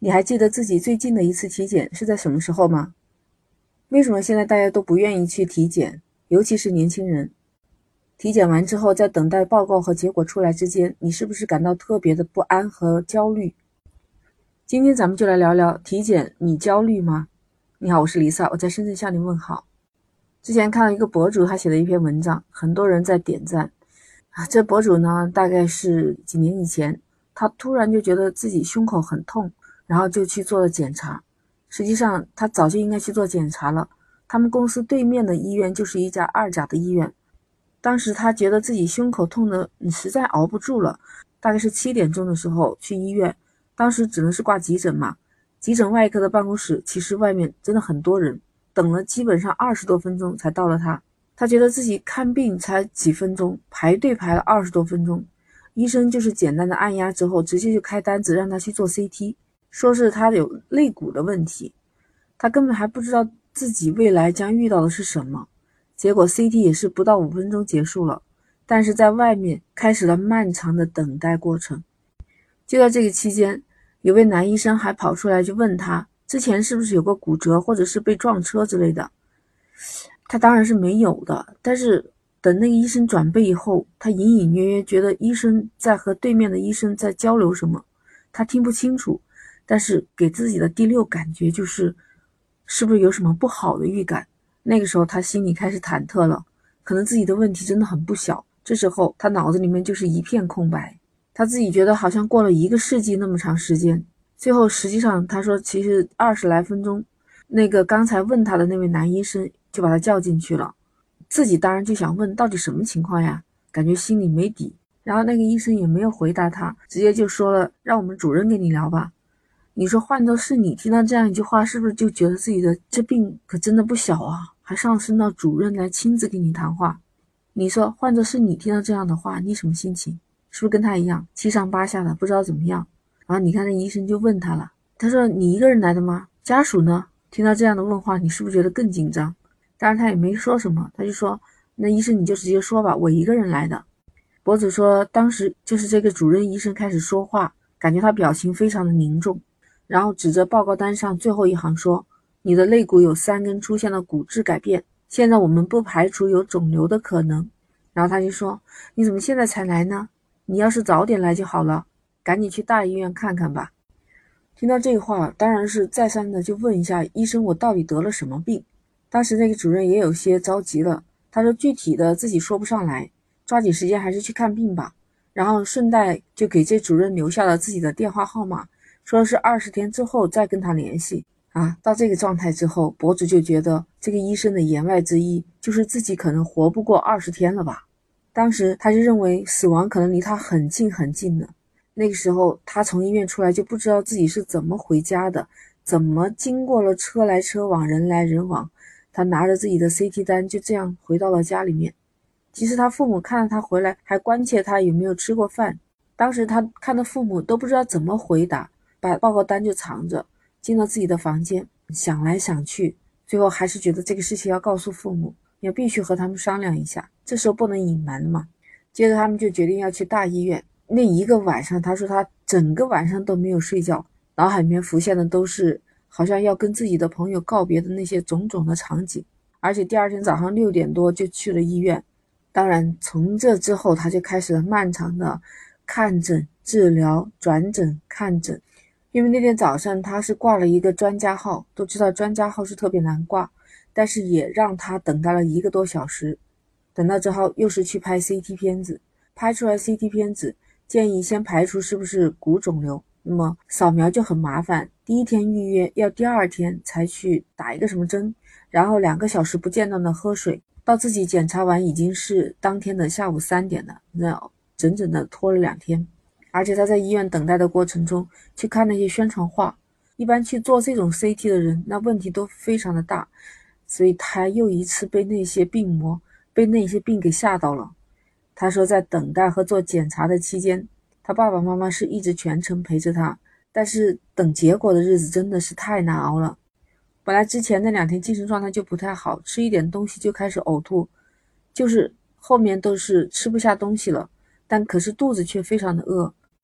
你还记得自己最近的一次体检是在什么时候吗？为什么现在大家都不愿意去体检，尤其是年轻人？体检完之后，在等待报告和结果出来之间，你是不是感到特别的不安和焦虑？今天咱们就来聊聊体检，你焦虑吗？你好，我是Lisa，我在深圳向您问好。之前看了一个博主，他写的一篇文章，很多人在点赞。这博主呢，大概是几年以前，他突然就觉得自己胸口很痛，然后就去做了检查。实际上，他早就应该去做检查了。他们公司对面的医院就是一家二甲的医院。当时他觉得自己胸口痛的实在熬不住了，大概是7点钟的时候去医院，当时只能是挂急诊嘛。急诊外科的办公室其实外面真的很多人，等了基本上20多分钟才到了他。他觉得自己看病才几分钟，排队排了20多分钟。医生就是简单的按压之后，直接就开单子让他去做 CT， 说是他有肋骨的问题。他根本还不知道自己未来将遇到的是什么。结果 CT 也是不到5分钟结束了，但是在外面开始了漫长的等待过程。就在这个期间，有位男医生还跑出来就问他，之前是不是有个骨折或者是被撞车之类的。他当然是没有的，但是等那个医生转背以后，他隐隐约约觉得医生在和对面的医生在交流什么，他听不清楚，但是给自己的第六感觉就是是不是有什么不好的预感。那个时候他心里开始忐忑了，可能自己的问题真的很不小。这时候他脑子里面就是一片空白，他自己觉得好像过了1个世纪那么长时间。最后实际上他说其实20来分钟，那个刚才问他的那位男医生就把他叫进去了。自己当然就想问到底什么情况呀，感觉心里没底。然后那个医生也没有回答他，直接就说了让我们主任跟你聊吧。你说换作是你听到这样一句话，是不是就觉得自己的这病可真的不小啊，还上升到主任来亲自跟你谈话。你说换作是你听到这样的话，你什么心情？是不是跟他一样七上八下的不知道怎么样？然后你看那医生就问他了，他说你一个人来的吗？家属呢？听到这样的问话，你是不是觉得更紧张？当然他也没说什么，他就说那医生你就直接说吧，我一个人来的。博主说当时就是这个主任医生开始说话，感觉他表情非常的凝重，然后指着报告单上最后一行说，你的肋骨有3根出现了骨质改变，现在我们不排除有肿瘤的可能。然后他就说你怎么现在才来呢？你要是早点来就好了，赶紧去大医院看看吧。听到这个话，当然是再三的就问一下医生，我到底得了什么病。当时那个主任也有些着急了，他说具体的自己说不上来，抓紧时间还是去看病吧。然后顺带就给这主任留下了自己的电话号码，说是20天之后再跟他联系。到这个状态之后，博主就觉得这个医生的言外之意就是自己可能活不过20天了吧。当时他就认为死亡可能离他很近很近了。那个时候他从医院出来就不知道自己是怎么回家的，怎么经过了车来车往人来人往，他拿着自己的 CT 单就这样回到了家里面。其实他父母看到他回来还关切他有没有吃过饭，当时他看到父母都不知道怎么回答，把报告单就藏着进了自己的房间，想来想去，最后还是觉得这个事情要告诉父母，要必须和他们商量一下，这时候不能隐瞒嘛。接着他们就决定要去大医院。那一个晚上，他说他整个晚上都没有睡觉，脑海里面浮现的都是好像要跟自己的朋友告别的那些种种的场景。而且第二天早上6点多就去了医院。当然从这之后他就开始了漫长的看诊、治疗、转诊、看诊。因为那天早上他是挂了一个专家号，都知道专家号是特别难挂，但是也让他等待了1个多小时。等到之后又是去拍 CT 片子，拍出来 CT 片子建议先排除是不是骨肿瘤，那么扫描就很麻烦，第一天预约要第2天才去打一个什么针，然后2个小时不间断的喝水，到自己检查完已经是当天的下午3点了，那整整的拖了2天。而且他在医院等待的过程中去看那些宣传画，一般去做这种 CT 的人那问题都非常的大，所以他又一次被那些病魔被那些病给吓到了。他说在等待和做检查的期间，他爸爸妈妈是一直全程陪着他，但是等结果的日子真的是太难熬了。本来之前那2天精神状态就不太好，吃一点东西就开始呕吐，就是后面都是吃不下东西了，但可是肚子却非常的饿。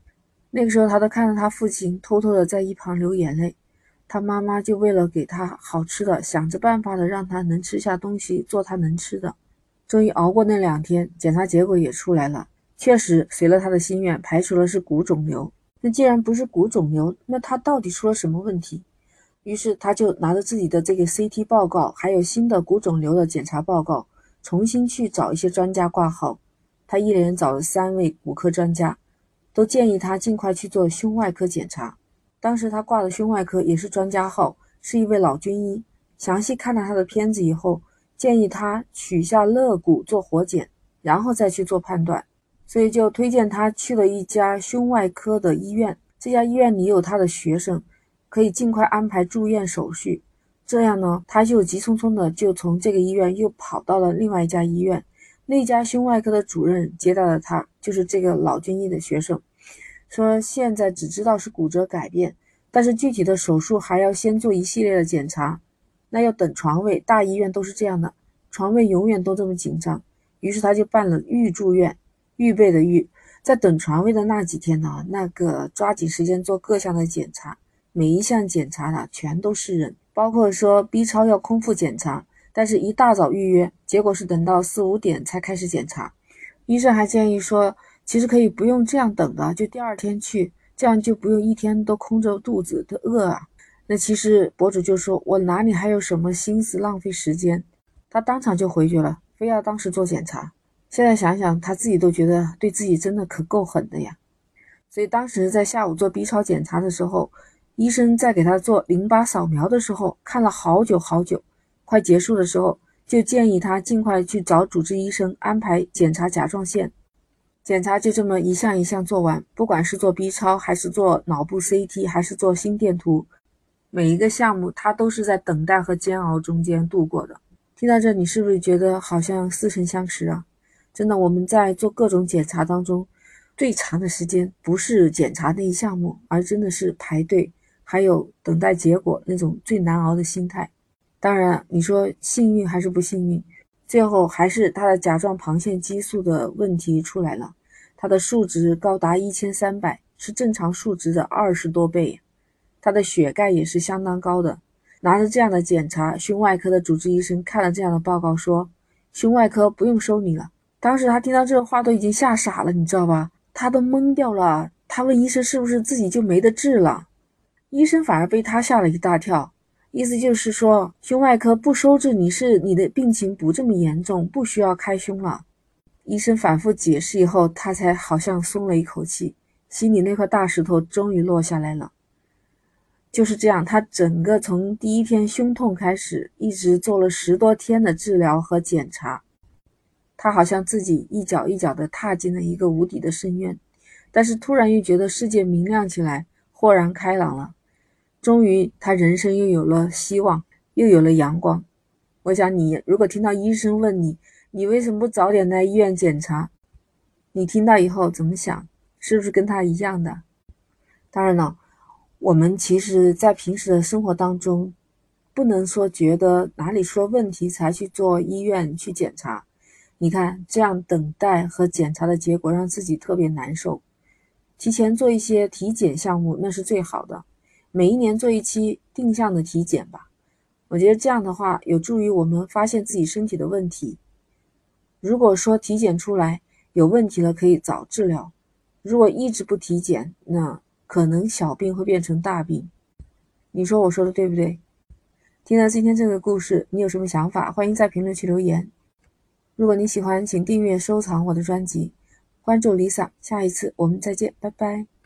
那个时候他都看到他父亲偷偷的在一旁流眼泪，他妈妈就为了给他好吃的，想着办法的让他能吃下东西，做他能吃的。终于熬过那2天，检查结果也出来了，确实随了他的心愿，排除了是骨肿瘤。那既然不是骨肿瘤，那他到底出了什么问题？于是他就拿着自己的这个 CT 报告，还有新的骨肿瘤的检查报告，重新去找一些专家挂号。他一连找了3位骨科专家，都建议他尽快去做胸外科检查。当时他挂的胸外科也是专家号，是一位老军医。详细看了他的片子以后，建议他取下肋骨做活检，然后再去做判断。所以就推荐他去了一家胸外科的医院，这家医院里有他的学生，可以尽快安排住院手续。这样呢，他就急匆匆的就从这个医院又跑到了另外一家医院。那家胸外科的主任接待了他，就是这个老军医的学生，说现在只知道是骨折改变，但是具体的手术还要先做一系列的检查，那要等床位，大医院都是这样的，床位永远都这么紧张。于是他就办了预住院，预备的预，在等床位的那几天呢，那个抓紧时间做各项的检查，每一项检查呢全都是人，包括说 B 超要空腹检查，但是一大早预约，结果是等到4、5点才开始检查。医生还建议说，其实可以不用这样等的，就第2天去，这样就不用一天都空着肚子的饿啊。那其实博主就说，我哪里还有什么心思浪费时间，他当场就回绝了，非要当时做检查。现在想想他自己都觉得对自己真的可够狠的呀。所以当时在下午做 B 超检查的时候，医生在给他做淋巴扫描的时候看了好久好久，快结束的时候就建议他尽快去找主治医生安排检查甲状腺。检查就这么一项一项做完，不管是做 B 超还是做脑部 CT 还是做心电图，每一个项目他都是在等待和煎熬中间度过的。听到这你是不是觉得好像似曾相识啊？真的，我们在做各种检查当中，最长的时间不是检查那一项目，而真的是排队还有等待结果那种最难熬的心态。当然你说幸运还是不幸运，最后还是他的甲状旁腺激素的问题出来了，他的数值高达1300，是正常数值的20多倍，他的血钙也是相当高的。拿着这样的检查，胸外科的主治医生看了这样的报告说，胸外科不用收你了。当时他听到这个话都已经吓傻了，你知道吧？他都懵掉了，他问医生是不是自己就没得治了，医生反而被他吓了一大跳，意思就是说胸外科不收治你是你的病情不这么严重，不需要开胸了。医生反复解释以后，他才好像松了一口气，心里那块大石头终于落下来了。就是这样，他整个从第1天胸痛开始，一直做了10多天的治疗和检查，他好像自己一脚一脚地踏进了一个无底的深渊，但是突然又觉得世界明亮起来，豁然开朗了。终于他人生又有了希望，又有了阳光。我想你如果听到医生问你，你为什么不早点来医院检查，你听到以后怎么想？是不是跟他一样的？当然了，我们其实在平时的生活当中，不能说觉得哪里出了问题才去做医院去检查。你看这样等待和检查的结果让自己特别难受，提前做一些体检项目那是最好的，每1年做一期定向的体检吧。我觉得这样的话有助于我们发现自己身体的问题。如果说体检出来有问题了可以早治疗，如果一直不体检，那可能小病会变成大病。你说我说的对不对？听到今天这个故事，你有什么想法？欢迎在评论区留言。如果你喜欢，请订阅收藏我的专辑，关注 Lisa， 下一次我们再见，拜拜。